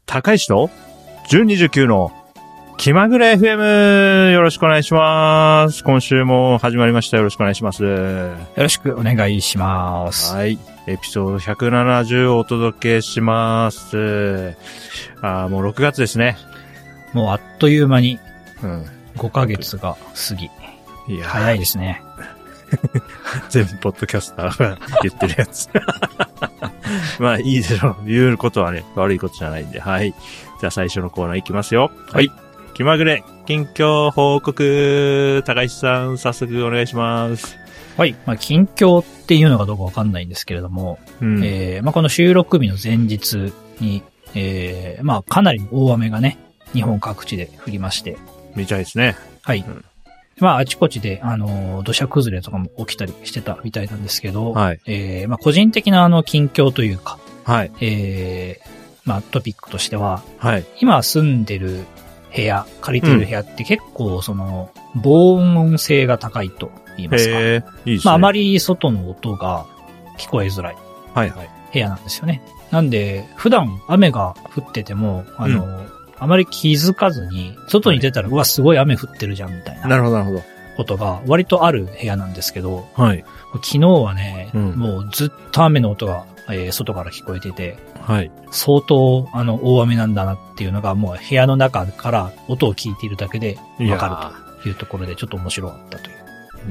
高石と1029の気まぐれ FM よろしくお願いします。今週も始まりました。よろしくお願いします。よろしくお願いします。 はい。エピソード170をお届けします。もう6月ですね。 もうあっという間に5ヶ月が過ぎ。いや早いですね。 全部ポッドキャスターが言ってるやつ。まあいいでしょう。言うことはね、悪いことじゃないんで。はい。じゃあ最初のコーナーいきますよ。はい。気まぐれ、近況報告、高石さん、早速お願いします。 はい。まあ、近況っていうのかどうかわかんないんですけれども、まあ、この収録日の前日に、まあ、かなりの大雨がね、日本各地で降りまして。 みたいですね。 はい。まあ、あちこちで、土砂崩れとかも起きたりしてたみたいなんですけど、 はい。 まあ、個人的な近況というか、 はい。 まあ、トピックとしては、 はい。 今住んでる部屋、借りてる部屋って結構防音性が高いと言いますか。 いいですね。 まあ、あまり外の音が聞こえづらい。 はいはい。 部屋なんですよね。なんで、普段雨が降ってても、あまり気づかずに、外に出たら、うわ、すごい雨降ってるじゃん、みたいな。 なるほど、なるほど。 ことが割とある部屋なんですけど、 はい。 昨日はね、もうずっと雨の音が、外から聞こえてて、 はい。 相当、大雨なんだなっていうのが、もう部屋の中から音を聞いているだけでわかるというところで、ちょっと面白かったという。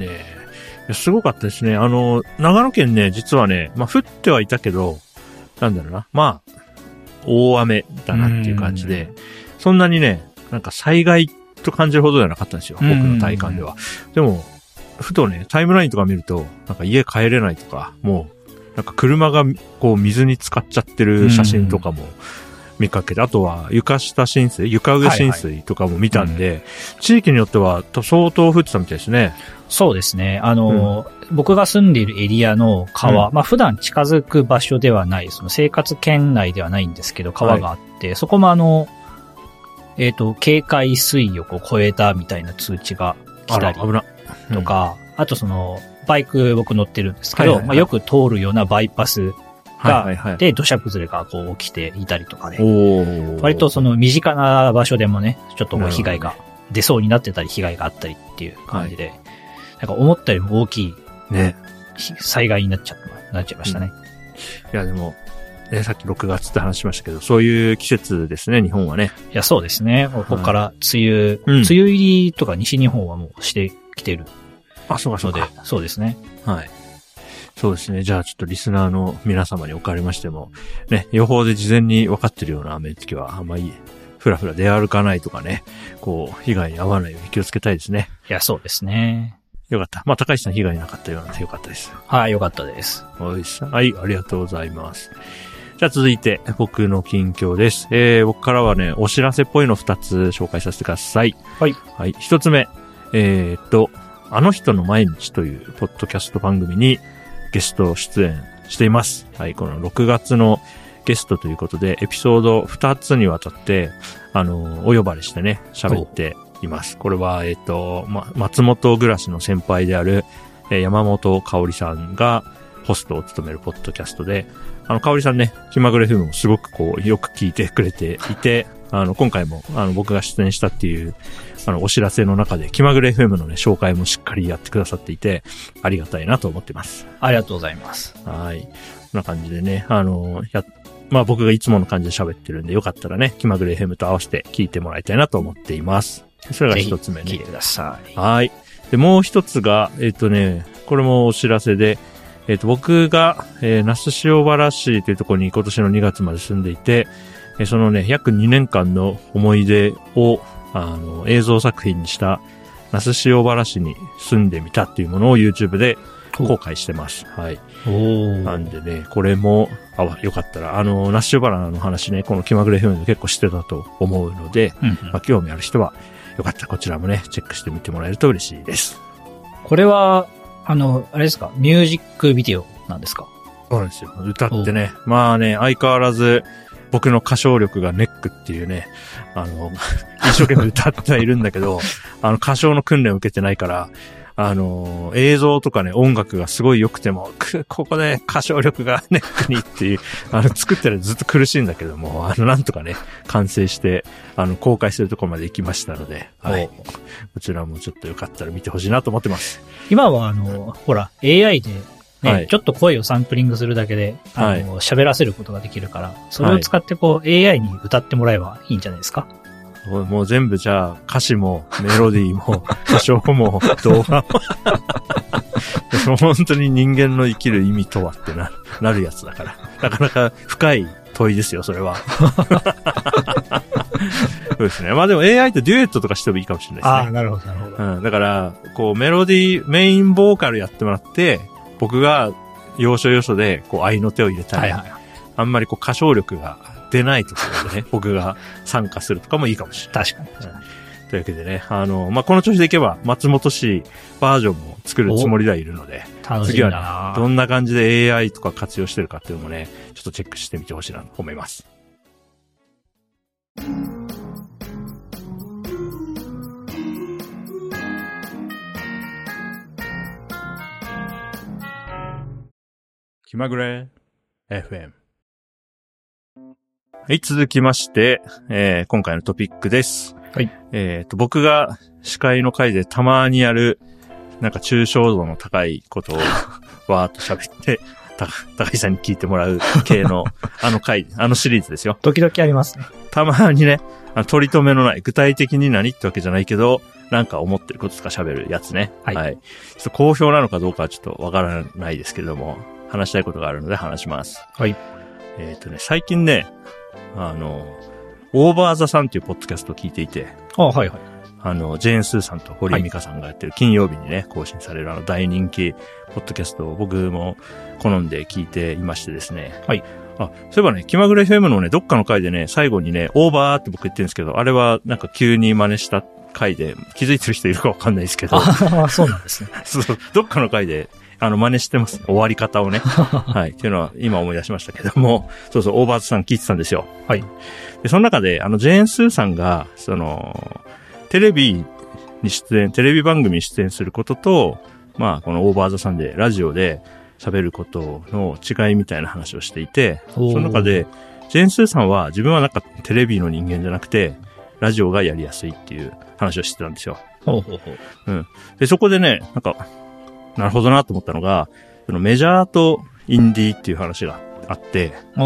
ねえ。すごかったですね。長野県ね、実はね、まあ、降ってはいたけど、なんだろうな。まあ、大雨だなっていう感じで、そんなにね、なんか災害と感じるほどではなかったんですよ。僕の体感では。でも、ふとね、タイムラインとか見ると、なんか家帰れないとか、もう、なんか車がこう水に浸かっちゃってる写真とかも見かけて、あとは床上浸水とかも見たんで、地域によっては相当降ってたみたいですね。 そうですね。僕が住んでいるエリアの川、まあ普段近づく場所ではない、生活圏内ではないんですけど、川があって、そこも警戒水位を超えたみたいな通知が来たりとか、あとバイク僕乗ってるんですけど、まあよく通るようなバイパスが、で、土砂崩れが起きていたりとかね。割と身近な場所でもね、ちょっと被害が出そうになってたり、被害があったりっていう感じで、なんか思ったよりも大きい、ね、災害になっちゃいましたね。 いやでも、ね、さっき6月って話しましたけど、そういう季節ですね、日本はね。 いや、そうですね。ここから梅雨入りとか西日本はもうしてきてる。 あ、そうかそうか。 そうですね。 はい。そうですね。じゃあちょっとリスナーの皆様におかれましても、ね、予報で事前に分かってるような雨の時は、あんまりふらふら出歩かないとかね、被害に遭わないように気をつけたいですね。 いや、そうですね。 よかった。まあ、高石さん被害なかったようなんでよかったです。 はい、よかったです。 はい、ありがとうございます。じゃあ続いて、僕の近況です。僕からはね、お知らせっぽいの2つ紹介させてください。 はい。 はい、1つ目。あの人の毎日というポッドキャスト番組にゲスト出演しています。はい、この6月のゲストということで、エピソード2つにわたって、お呼ばれしてね、喋っています。これは、松本暮らしの先輩である、山本香織さんがホストを務めるポッドキャストで、香織さんね、気まぐれフィルムをすごくよく聞いてくれていて、今回も、僕が出演したっていう、お知らせの中で、気まぐれ FM のね、紹介もしっかりやってくださっていて、ありがたいなと思ってます。 ありがとうございます。 はい。こんな感じでね、まあ僕がいつもの感じで喋ってるんで、よかったらね、気まぐれ FM と合わせて聞いてもらいたいなと思っています。それが一つ目ね。 聞いてください。 はい。で、もう一つが、これもお知らせで、僕が、那須塩原市というところに今年の2月まで住んでいて、そのね、約2年間の思い出を、映像作品にした那須塩原市に住んでみたっていうものを YouTube で公開してます。はい。なんでね、これも、よかったら、那須塩原の話ね、この気まぐれ FM で結構知ってたと思うので、まあ、興味ある人は、よかったらこちらもね、チェックしてみてもらえると嬉しいです。 これは、あれですか、ミュージックビデオなんですか？ そうなんですよ。歌ってね。まあね、相変わらず、僕の歌唱力がネックっていうね、一生懸命歌ってはいるんだけど、歌唱の訓練を受けてないから、 映像とかね、音楽がすごい良くても、ここで歌唱力がネックにっていう、作ってるずっと苦しいんだけども、なんとかね、完成して、公開するところまで行きましたので、はい。こちらもちょっとよかったら見てほしいなと思ってます。 今はほら、AI で、ね、はい、ちょっと声をサンプリングするだけで、喋らせることができるから、それを使ってAI に歌ってもらえばいいんじゃないですか？ もう全部じゃあ歌詞もメロディーも歌唱も動画も本当に人間の生きる意味とはってなるやつだから、なかなか深い問いですよ、それは。そうですね。まあでも AI とデュエットとかしてもいいかもしれないですね。 ああ、なるほど、なるほど。 だから、メロディー、メインボーカルやってもらって、僕が要所要所で合いの手を入れたり、はいはい、あんまり歌唱力が出ないところでね、僕が参加するとかもいいかもしれない。 確かに。 というわけでね、まあ、この調子でいけば、松本市バージョンも作るつもりではいるので、次はね、どんな感じで AI とか活用してるかっていうのもね、ちょっとチェックしてみてほしいなと思います。気まぐれ FM。はい、続きまして、今回のトピックです。 はい。 僕が司会の回でたまにやる、なんか抽象度の高いことをわーっと喋って、高井さんに聞いてもらう系の、回、シリーズですよ。 時々ありますね。 たまにね、取り留めのない、具体的に何ってわけじゃないけど、なんか思ってることとか喋るやつね。 はい。 はい。ちょっと好評なのかどうかはちょっとわからないですけれども、話したいことがあるので話します。 はい。 最近ね、オーバーザさんっていうポッドキャストを聞いていて。 あ、はいはい。 ジェーン・スーさんと堀井美香さんがやってる金曜日にね、更新される大人気ポッドキャストを僕も好んで聞いていましてですね。 はい。 あ、そういえばね、気まぐれ FM のね、どっかの回でね、最後にね、オーバーって僕言ってるんですけど、あれはなんか急に真似した回で、気づいてる人いるかわかんないですけど。 ああ、そうなんですね。 そう、どっかの回で、真似してますね。終わり方をね。はい。っていうのは今思い出しましたけども、そうそう、オーバーズさん聞いてたんですよ。 はい。 で、その中で、ジェーン・スーさんが、テレビ番組に出演することと、まあ、このオーバーズさんで、ラジオで喋ることの違いみたいな話をしていて、その中で、ジェーン・スーさんは自分はなんかテレビの人間じゃなくて、ラジオがやりやすいっていう話をしてたんですよ。 ほうほうほう。 うん。で、そこでね、なんか、なるほどなと思ったのが、メジャーとインディーっていう話があって、うん。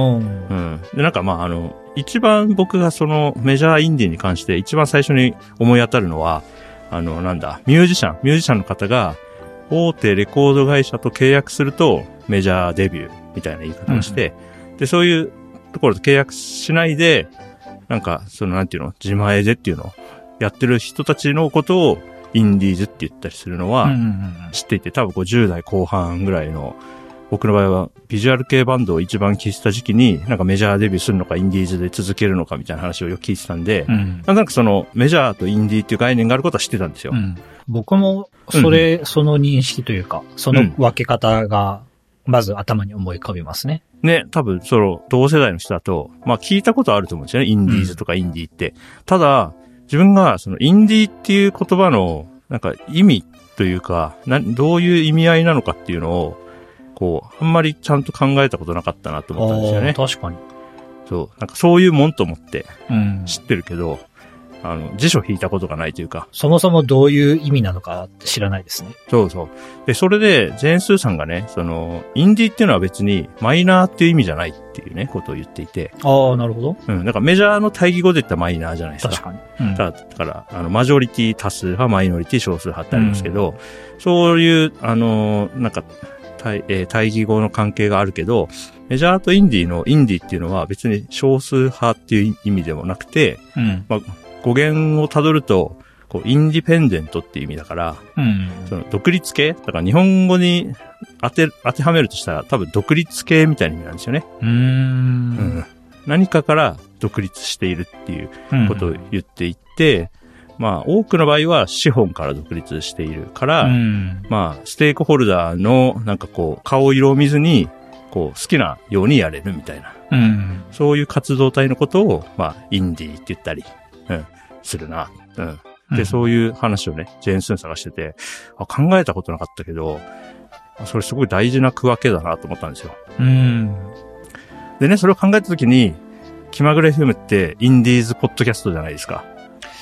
で、なんかまあ一番僕がそのメジャーインディーに関して一番最初に思い当たるのは、ミュージシャンの方が大手レコード会社と契約するとメジャーデビューみたいな言い方をして、で、そういうところと契約しないで、なんか、なんていうの、自前でっていうのをやってる人たちのことをインディーズって言ったりするのは知っていて、多分10代後半ぐらいの、僕の場合はビジュアル系バンドを一番聴いてた時期に、なんかメジャーデビューするのかインディーズで続けるのかみたいな話をよく聞いてたんで、なんかメジャーとインディーっていう概念があることは知ってたんですよ。 僕もその認識というか、その分け方がまず頭に思い浮かびますね。 ね、多分同世代の人だと、まあ聞いたことあると思うんですよね、インディーズとかインディーって。ただ、自分がインディーっていう言葉のなんか意味というか、どういう意味合いなのかっていうのを、あんまりちゃんと考えたことなかったなと思ったんですよね。 確かに。 そう、なんかそういうもんと思って知ってるけど、辞書引いたことがないというか。 そもそもどういう意味なのかって知らないですね。 そうそう。で、それで、ジェーン・スーさんがね、インディーっていうのは別にマイナーっていう意味じゃないっていうね、ことを言っていて。 ああ、なるほど。 うん。だからメジャーの対義語で言ったらマイナーじゃないですか。 確かに。 だから、マジョリティ多数派、マイノリティ少数派ってありますけど、そういう、なんか、対義語の関係があるけど、メジャーとインディーのインディーっていうのは別に少数派っていう意味でもなくて、まあ、語源をたどると、インディペンデントっていう意味だから、独立系だから日本語に当てはめるとしたら多分独立系みたいな意味なんですよね。何かから独立しているっていうことを言っていて、まあ多くの場合は資本から独立しているから、まあステークホルダーのなんか顔色を見ずに好きなようにやれるみたいな、そういう活動体のことをまあインディーって言ったり、するな。 で、そういう話をね、ジェーンスーン探してて、考えたことなかったけど、それすごい大事な区分けだなと思ったんですよ。でね、それを考えたときに、気まぐれ FM ってインディーズポッドキャストじゃないですか。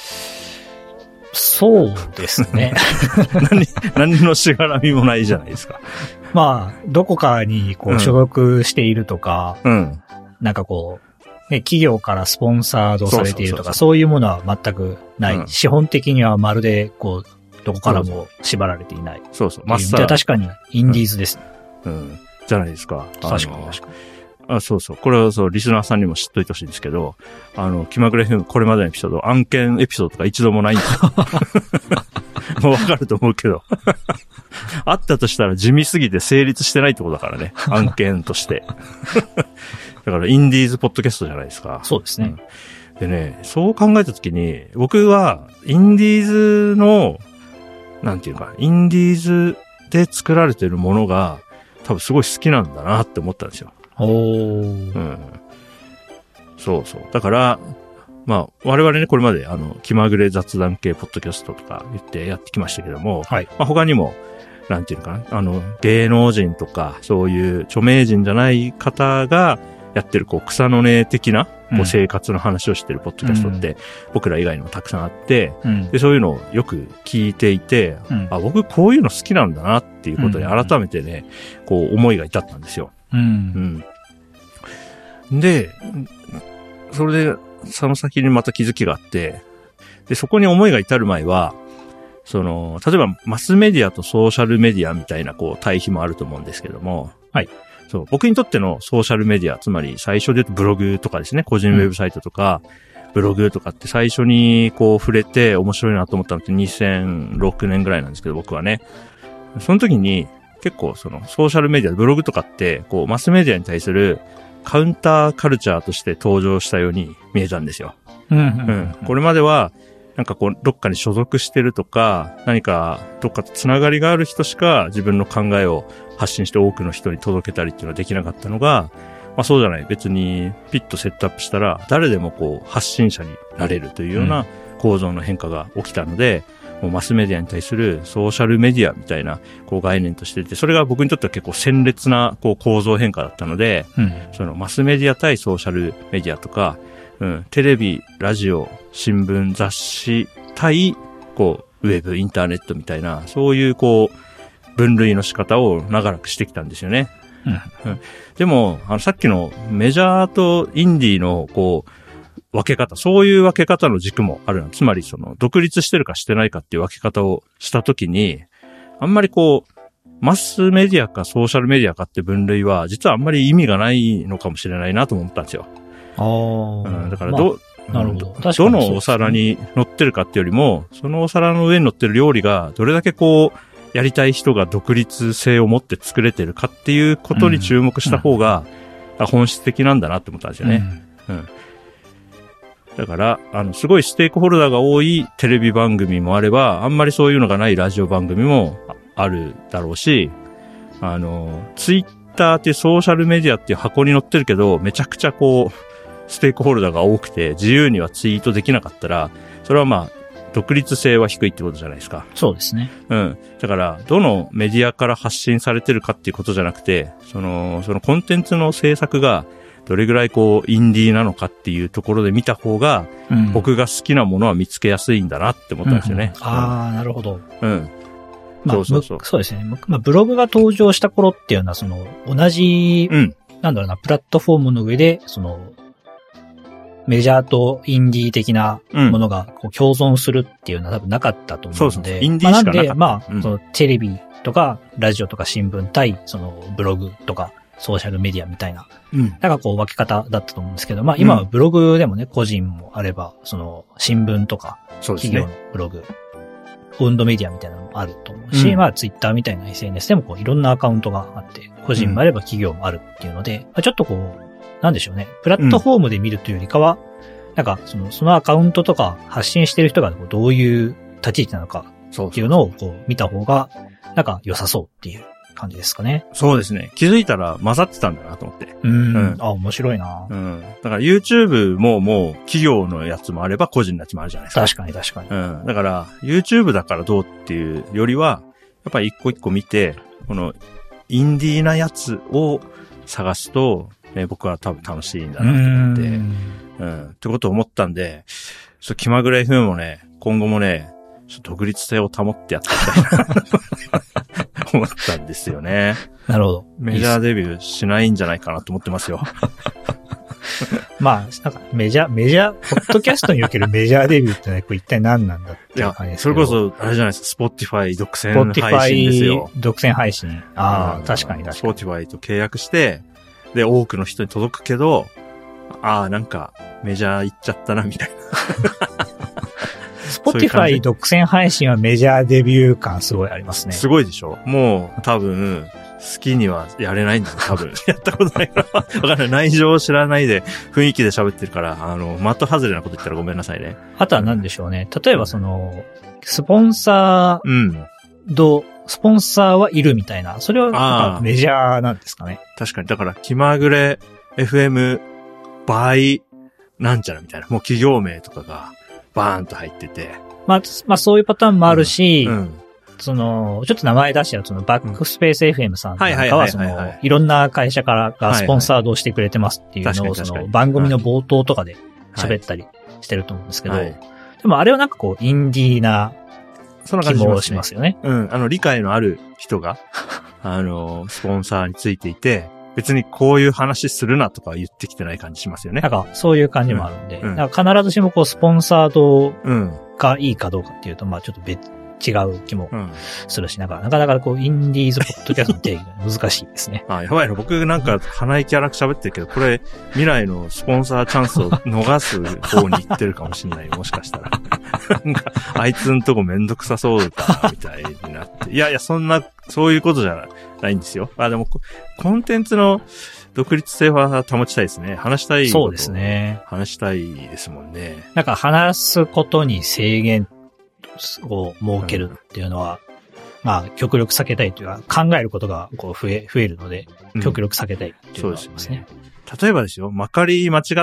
そうですね。 何のしがらみもないじゃないですか。 まあ、どこかにこう所属しているとか、なんかこう、ね、企業からスポンサードされているとか、そういうものは全くない。資本的にはまるでこう、どこからも縛られていない。 そうそう。 確かにインディーズですね。 じゃないですか。 確かに。 そうそう。これはそう、リスナーさんにも知っといてほしいんですけど、気まぐれ FM これまでのエピソード、案件エピソードとか一度もないんですよ。もうわかると思うけど。あったとしたら地味すぎて成立してないってことだからね。案件として。だからインディーズポッドキャストじゃないですか。 そうですね。 でね、そう考えたときに、僕はインディーズの、なんていうか、インディーズで作られてるものが多分すごい好きなんだなって思ったんですよ。そうそう。だから、まあ、我々ね、これまで気まぐれ雑談系ポッドキャストとか言ってやってきましたけども、まあ他にも、なんていうのかな、芸能人とか、そういう著名人じゃない方がやってる、こう、草の根的な、こう、生活の話をしてるポッドキャストって、僕ら以外にもたくさんあって、で、そういうのをよく聞いていて、僕こういうの好きなんだなっていうことに改めてね、こう、思いが至ったんですよ。で、それで、その先にまた気づきがあって、で、そこに思いが至る前は、例えばマスメディアとソーシャルメディアみたいな、こう、対比もあると思うんですけども、そう、僕にとってのソーシャルメディア、つまり最初で言うとブログとかですね、個人ウェブサイトとか、ブログとかって最初にこう触れて面白いなと思ったのって2006年ぐらいなんですけど、僕はね。その時に結構ソーシャルメディア、ブログとかって、こう、マスメディアに対するカウンターカルチャーとして登場したように見えたんですよ。これまでは、なんかこう、どっかに所属してるとか、何かどっかとつながりがある人しか自分の考えを発信して多くの人に届けたりっていうのはできなかったのが、まあそうじゃない。別にピッとセットアップしたら誰でもこう発信者になれるというような構造の変化が起きたので、もうマスメディアに対するソーシャルメディアみたいなこう概念としてて、それが僕にとっては結構鮮烈なこう構造変化だったので、そのマスメディア対ソーシャルメディアとか、テレビ、ラジオ、新聞、雑誌対こうウェブ、インターネットみたいな、そういうこう分類の仕方を長らくしてきたんですよね。でもさっきのメジャーとインディーのこう分け方、そういう分け方の軸もあるの。つまり独立してるかしてないかっていう分け方をしたときに、あんまりこうマスメディアかソーシャルメディアかって分類は実はあんまり意味がないのかもしれないなと思ったんですよ。だからなるほど。 どのお皿に乗ってるかっていうよりも、そのお皿の上に乗ってる料理がどれだけこうやりたい人が独立性を持って作れてるかっていうことに注目した方が本質的なんだなって思ったんですよね。だから、すごいステークホルダーが多いテレビ番組もあれば、あんまりそういうのがないラジオ番組もあるだろうし、ツイッターっていうソーシャルメディアっていう箱に載ってるけど、めちゃくちゃこう、ステークホルダーが多くて、自由にはツイートできなかったら、それはまあ、独立性は低いってことじゃないですか。 そうですね。 だから、どのメディアから発信されてるかっていうことじゃなくて、そのコンテンツの制作が、どれぐらいこう、インディーなのかっていうところで見た方が、僕が好きなものは見つけやすいんだなって思ったんですよね。 なるほど。 まあ、そうですね。まあ、ブログが登場した頃っていうのは、同じ、なんだろうな、プラットフォームの上で、メジャーとインディー的なものがこう共存するっていうのは多分なかったと思うので、 インディーしかなかった。 なんで、テレビとか、ラジオとか新聞対、ブログとか、ソーシャルメディアみたいな、なんかこう分け方だったと思うんですけど、まあ今はブログでもね、個人もあれば、新聞とか、企業のブログ、オウンドメディアみたいなのもあると思うし、まあツイッターみたいな SNS でもこういろんなアカウントがあって、個人もあれば企業もあるっていうので、ちょっとこう、なんでしょうね、プラットフォームで見るというよりかは、なんかそのアカウントとか発信してる人がどういう立ち位置なのかっていうのをこう見た方が、なんか良さそうっていう感じですかね。 そうですね。気づいたら混ざってたんだなと思って。 面白いな。 だから YouTube ももう企業のやつもあれば個人のやつもあるじゃないですか。 確かに確かに。 だから YouTube だからどうっていうよりは、やっぱり一個一個見て、このインディーなやつを探すと、ね、僕は多分楽しいんだなと思って、ってことを思ったんで、気まぐれ FM もね、今後もね、独立性を保ってやっていきたいな思ったんですよね。 なるほど。 メジャーデビューしないんじゃないかなと思ってますよ。 まあ、なんかメジャー、ポッドキャストにおけるメジャーデビューってね、これ一体何なんだっていう感じですけど。 それこそ、あれじゃないですか、Spotify 独占配信ですよ。 独占配信。確かに。 Spotify と契約して、で、多くの人に届くけど、なんか、メジャー行っちゃったな、みたいな。 Spotify 独占配信はメジャーデビュー感すごいありますね。 すごいでしょ？もう、多分、好きにはやれないんだよ、多分。やったことないから。わかんない。内情を知らないで、雰囲気で喋ってるから、的外れなこと言ったらごめんなさいね。 あとは何でしょうね。例えばスポンサー、スポンサーはいるみたいな。それはメジャーなんですかね。 確かに。だから、気まぐれ FM by なんちゃらみたいな。もう企業名とかがバーンと入ってて。 まあそういうパターンもあるし、ちょっと名前出しちゃうバックスペース FM さんなんかは、いろんな会社からがスポンサードをしてくれてますっていうのを、番組の冒頭とかで喋ったりしてると思うんですけど、でもあれはなんかこう、インディーな気もしますよね。 理解のある人が、スポンサーについていて、別にこういう話するなとか言ってきてない感じしますよね。 なんか、そういう感じもあるんで、なんか必ずしもこう、スポンサードがいいかどうかっていうと、まあちょっと違う気もするし、なかなかこう、インディーズポッドキャストの定義が難しいですね。 やばいの。僕なんか鼻息荒く喋ってるけど、これ、未来のスポンサーチャンスを逃す方に行ってるかもしれない。もしかしたら。なんか、あいつんとこめんどくさそうだ、みたいになって。いや、そういうことじゃないんですよ。でも、コンテンツの独立性は保ちたいですね。話したいこと。 そうですね。 話したいですもんね。 なんか話すことに制限を設けるっていうのは、まあ、極力避けたいというか、考えることがこう増えるので、極力避けたいっていうのはありますね。 例えばですよ、まかり間違って、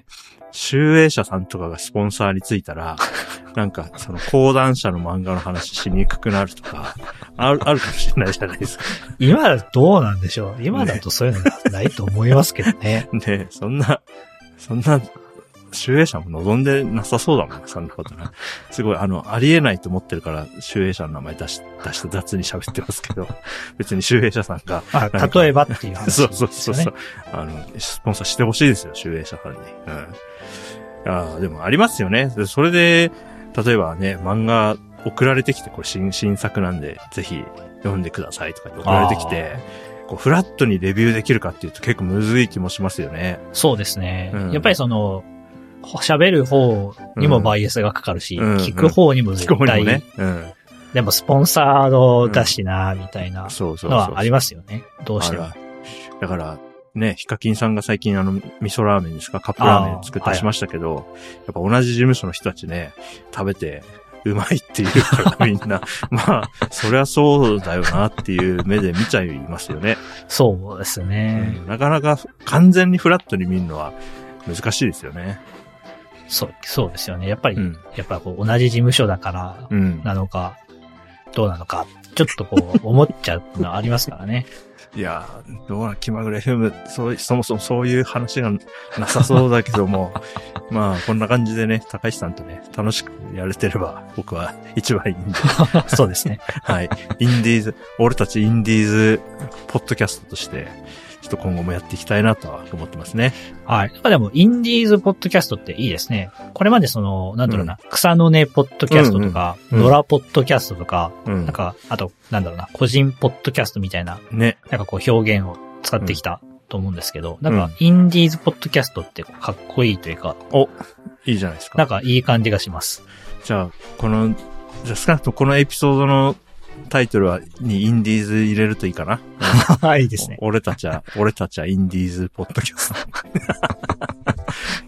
集英社さんとかがスポンサーについたら、なんか、講談社の漫画の話しにくくなるとか、あるかもしれないじゃないですか。 今だとどうなんでしょう。今だとそういうのがないと思いますけどね。 ねそんな、集英社も望んでなさそうだもん、そんなことな。すごい、ありえないと思ってるから、集英社の名前出して雑に喋ってますけど、別に集英社さんが。 例えばっていう話ですよね。 そう。スポンサーしてほしいですよ、集英社さんに。でもありますよね。それで、例えばね、漫画送られてきて、これ新作なんで、ぜひ読んでくださいとかって送られてきて、こうフラットにレビューできるかっていうと結構むずい気もしますよね。 そうですね。やっぱり喋る方にもバイアスがかかるし、聞く方にも絶対、ねでもスポンサードだしな、みたいなのはありますよね。どうしても。 だから、ね、ヒカキンさんが最近味噌ラーメンですか、カップラーメン作ったりしましたけど、やっぱ同じ事務所の人たちね、食べてうまいって言うからみんな、まあ、そりゃそうだよなっていう目で見ちゃいますよね。 そうですね。 なかなか完全にフラットに見るのは難しいですよね。 そうですよね。やっぱりこう同じ事務所だからなのか、どうなのか、ちょっとこう思っちゃうのはありますからね。 いやー、どうな、気まぐれ FM、そもそもそういう話がなさそうだけども、まあ、こんな感じでね、高橋さんとね、楽しくやれてれば、僕は一番いいんで。 そうですね。 はい。俺たちインディーズ、ポッドキャストとして、ちょっと今後もやっていきたいなとは思ってますね。 はい。でも、インディーズポッドキャストっていいですね。これまでなんだろうな、草の根ポッドキャストとか、野良ポッドキャストとか、なんか、あと、なんだろうな、個人ポッドキャストみたいな、ね。なんかこう表現を使ってきたと思うんですけど、なんか、インディーズポッドキャストってかっこいいというか、 いいじゃないですか。 なんかいい感じがします。 じゃあ少なくともこのエピソードのタイトルにインディーズ入れるといいかな。 はい、いいですね。 俺たちはインディーズポッドキャスト。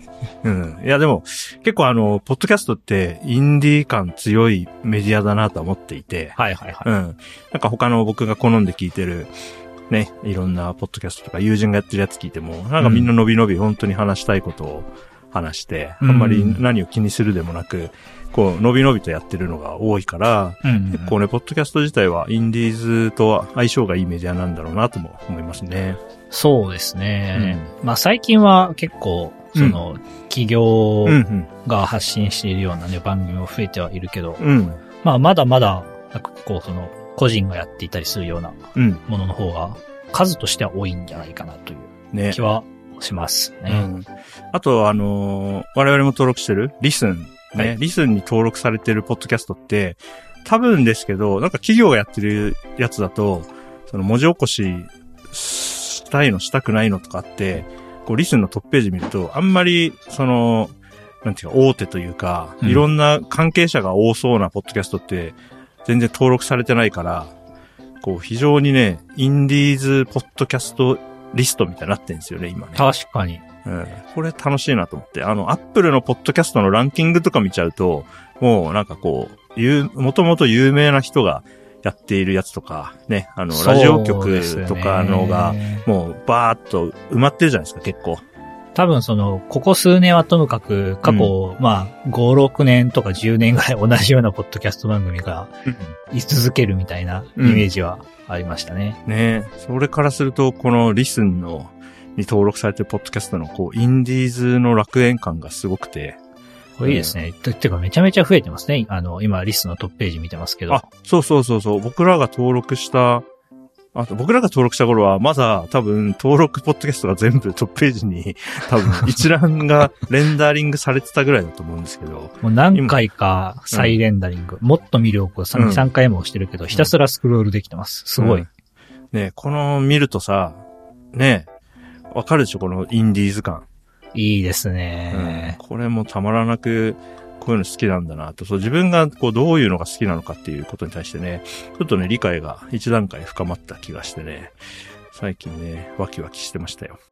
うん。いや、でも、結構ポッドキャストってインディー感強いメディアだなと思っていて。 はいはいはい。 うん。なんか他の僕が好んで聞いてる、ね、いろんなポッドキャストとか友人がやってるやつ聞いても、なんかみんな伸び伸び本当に話したいことを話して、あんまり何を気にするでもなく、こう、伸び伸びとやってるのが多いから、結構ね、ポッドキャスト自体はインディーズと相性がいいメディアなんだろうなとも思いますね。 そうですね。まあ最近は結構、企業が発信しているようなね、番組も増えてはいるけど、まあまだまだ、なんか結構個人がやっていたりするようなものの方が、数としては多いんじゃないかなという気はしますね。 あと、我々も登録してるリスン。ね、リスンに登録されてるポッドキャストって、多分ですけど、なんか企業がやってるやつだと、文字起こししたいのしたくないのとかって、こう、リスンのトップページ見ると、あんまり、なんていうか、大手というか、いろんな関係者が多そうなポッドキャストって、全然登録されてないから、こう、非常にね、インディーズポッドキャストリストみたいになってるんですよね、今ね。 確かに。 これ楽しいなと思って。アップルのポッドキャストのランキングとか見ちゃうと、もうなんかこう、もともと有名な人がやっているやつとか、ね、ラジオ局とかのが、もうバーっと埋まってるじゃないですか、結構。 多分ここ数年はともかく、過去、まあ、5、6年とか10年ぐらい同じようなポッドキャスト番組が、居続けるみたいなイメージはありましたね。 ね、それからすると、このリスンに登録されてるポッドキャストのこう、インディーズの楽園感がすごくて。 これいいですね。てかめちゃめちゃ増えてますね。今リスのトップページ見てますけど。 そう。僕らが登録した頃は、まだ多分登録ポッドキャストが全部トップページに多分一覧がレンダリングされてたぐらいだと思うんですけど。 もう何回か再レンダリング。もっと見るを3回もしてるけど、ひたすらスクロールできてます。すごい。 ね、見るとさ、ね、わかるでしょこのインディーズ感。 いいですね、 これもたまらなく、こういうの好きなんだなと。自分がこうどういうのが好きなのかっていうことに対してね、ちょっとね、理解が一段階深まった気がしてね、最近ね、ワキワキしてましたよ。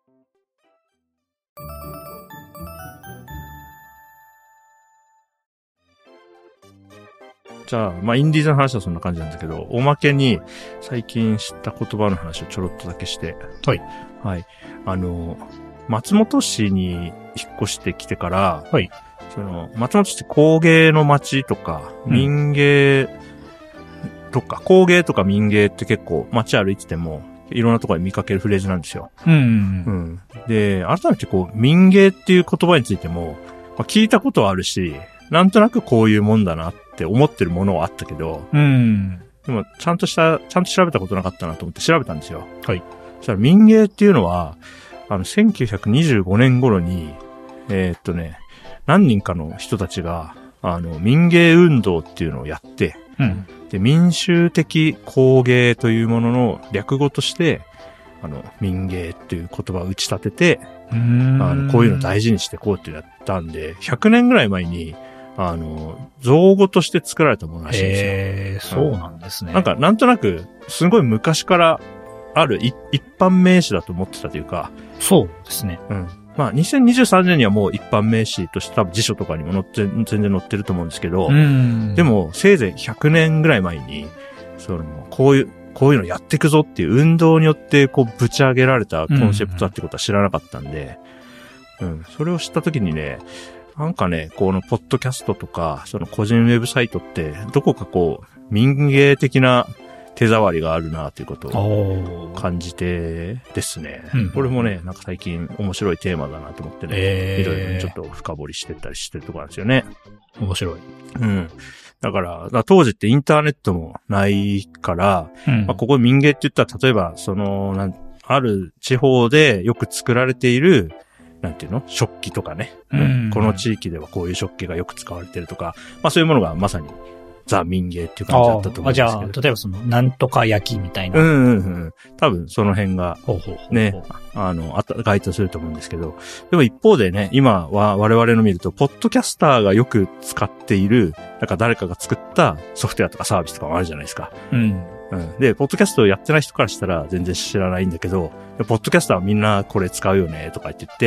じゃあ、まあ、インディーズの話はそんな感じなんだけど、おまけに、最近知った言葉の話をちょろっとだけして。 はい。 はい。松本市に引っ越してきてから、 はい。 松本市って工芸の街とか、民芸とか、工芸とか民芸って結構街歩いてても、いろんなところで見かけるフレーズなんですよ。で、改めてこう、民芸っていう言葉についても、まあ、聞いたことはあるし、なんとなくこういうもんだなって思ってるものはあったけど、でもちゃんと調べたことなかったなと思って調べたんですよ。 はい。 そしたら民芸っていうのは、1925年頃に、何人かの人たちが、民芸運動っていうのをやって、で、民衆的工芸というものの略語として、民芸っていう言葉を打ち立てて、こういうのを大事にしてこうってやったんで、100年ぐらい前に、造語として作られたものらしいんですよ。そうなんですね。 なんとなく、すごい昔からある一般名詞だと思ってたというか。 そうですね。 まあ、2023年にはもう一般名詞として多分辞書とかにも全然載ってると思うんですけど、でも、せいぜい100年ぐらい前に、こういうのやっていくぞっていう運動によって、こう、ぶち上げられたコンセプトだってことは知らなかったんで、それを知ったときにね、なんかね、このポッドキャストとか、個人ウェブサイトって、どこかこう、民芸的な手触りがあるなということを感じてですね。これもね、なんか最近面白いテーマだなと思ってね、いろいろちょっと深掘りしてったりしてるところなんですよね。 面白い。 だから当時ってインターネットもないから、まあ、ここ民芸って言ったら、例えば、ある地方でよく作られている、なんていうの？食器とかね、この地域ではこういう食器がよく使われてるとか、まあそういうものがまさにザ・民芸っていう感じだったと思うんですけど。 じゃあ、例えばなんとか焼きみたいな。 多分その辺が、ね、該当すると思うんですけど、でも一方でね、今は我々の見ると、ポッドキャスターがよく使っている、なんか誰かが作ったソフトウェアとかサービスとかもあるじゃないですか。で、ポッドキャストをやってない人からしたら全然知らないんだけど、ポッドキャスターはみんなこれ使うよねとか言って、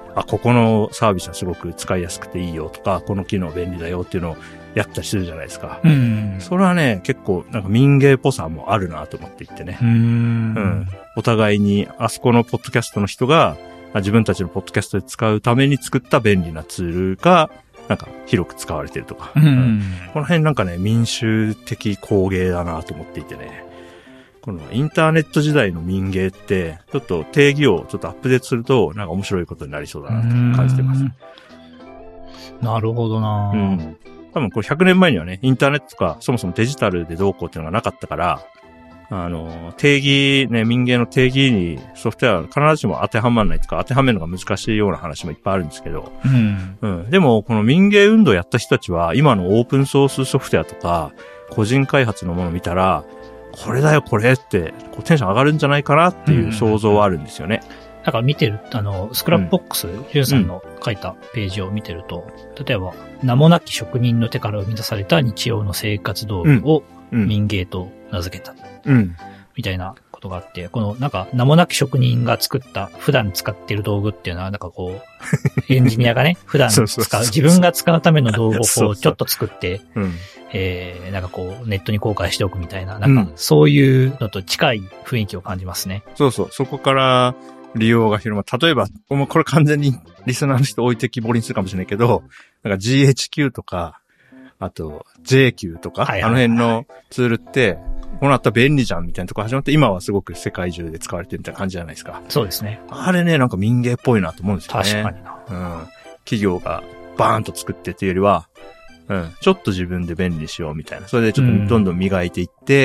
ここのサービスはすごく使いやすくていいよとか、この機能便利だよっていうのをやったりするじゃないですか。それはね、結構なんか民芸っぽさもあるなと思っていてね。お互いに、あそこのポッドキャストの人が、自分たちのポッドキャストで使うために作った便利なツールが、なんか広く使われてるとか。この辺なんかね、民衆的工芸だなと思っていてね。このインターネット時代の民芸って、ちょっと定義をちょっとアップデートすると、なんか面白いことになりそうだなと感じてます。 なるほどな。 多分これ100年前にはね、インターネットとか、そもそもデジタルでどうこうっていうのがなかったから、定義、ね、民芸の定義にソフトウェアは必ずしも当てはまらないとか、当てはめるのが難しいような話もいっぱいあるんですけど、でも、この民芸運動をやった人たちは、今のオープンソースソフトウェアとか、個人開発のものを見たら、これだよ、これって、こうテンション上がるんじゃないかなっていう想像はあるんですよね。 なんか見てる、スクラップボックス、ジュンさんの書いたページを見てると、例えば、名もなき職人の手から生み出された日常の生活道具を民芸と名付けた。みたいなことがあって、このなんか名もなき職人が作った普段使ってる道具っていうのはなんかこう、エンジニアがね、普段使う、自分が使うための道具をこう、ちょっと作って、なんかこう、ネットに公開しておくみたいな、なんかそういうのと近い雰囲気を感じますね。 そこから利用が広まる。例えば、もうこれ完全にリスナーの人置いてきぼりにするかもしれないけど、なんか GHQ とか、あと JQ とか、あの辺のツールって、こうなったら便利じゃんみたいなとこ始まって、今はすごく世界中で使われてるみたいな感じじゃないですか。 そうですね。 あれね、なんか民芸っぽいなと思うんですよね。 確かにな。 企業がバーンと作ってっていうよりは、ちょっと自分で便利にしようみたいな。それでちょっとどんどん磨いていって、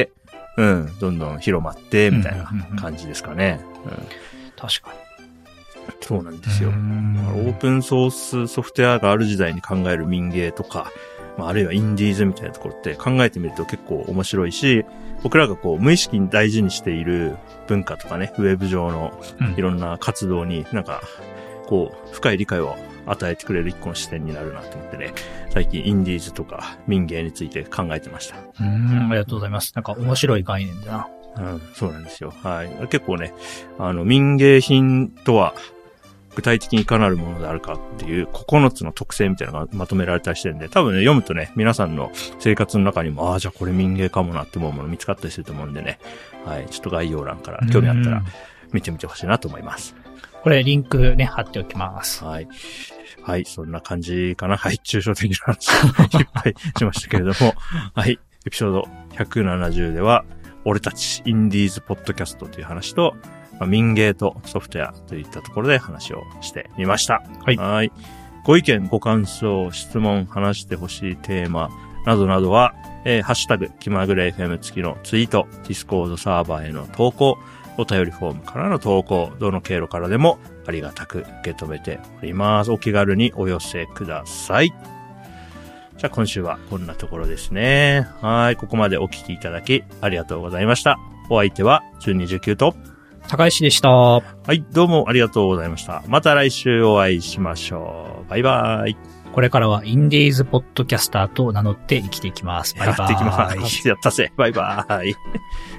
どんどん広まって、みたいな感じですかね。 確かに。 そうなんですよ。オープンソースソフトウェアがある時代に考える民芸とか、あるいはインディーズみたいなところって考えてみると結構面白いし、僕らがこう無意識に大事にしている文化とかね、ウェブ上のいろんな活動になんかこう深い理解を与えてくれる一個の視点になるなと思ってね、最近インディーズとか民芸について考えてました。 ありがとうございます。なんか面白い概念だな。 そうなんですよ。はい。結構ね、民芸品とは具体的にいかなるものであるかっていう9つの特性みたいなのがまとめられたりしてるんで、多分ね、読むとね、皆さんの生活の中にも、じゃあこれ民芸かもなって思うもの見つかったりすると思うんでね、はい。ちょっと概要欄から興味あったら見てみてほしいなと思います。 これリンクね、貼っておきます。 はい。はい、そんな感じかな。はい、抽象的な話いっぱいしましたけれども、はい、エピソード170では、俺たちインディーズポッドキャストという話と、民芸とソフトウェアといったところで話をしてみました。はい。ご意見、ご感想、質問、話してほしいテーマなどなどは、ハッシュタグ、気まぐれ FM 付きのツイート、ディスコードサーバーへの投稿、お便りフォームからの投稿、どの経路からでもありがたく受け止めております。お気軽にお寄せください。じゃあ今週はこんなところですね。はい。ここまでお聞きいただきありがとうございました。お相手は1219と高石でした。 はい。どうもありがとうございました。また来週お会いしましょう。バイバイ。 これからはインディーズポッドキャスターと名乗って生きていきます。バイバイ。 やっていきます。やったぜ。バイバイ。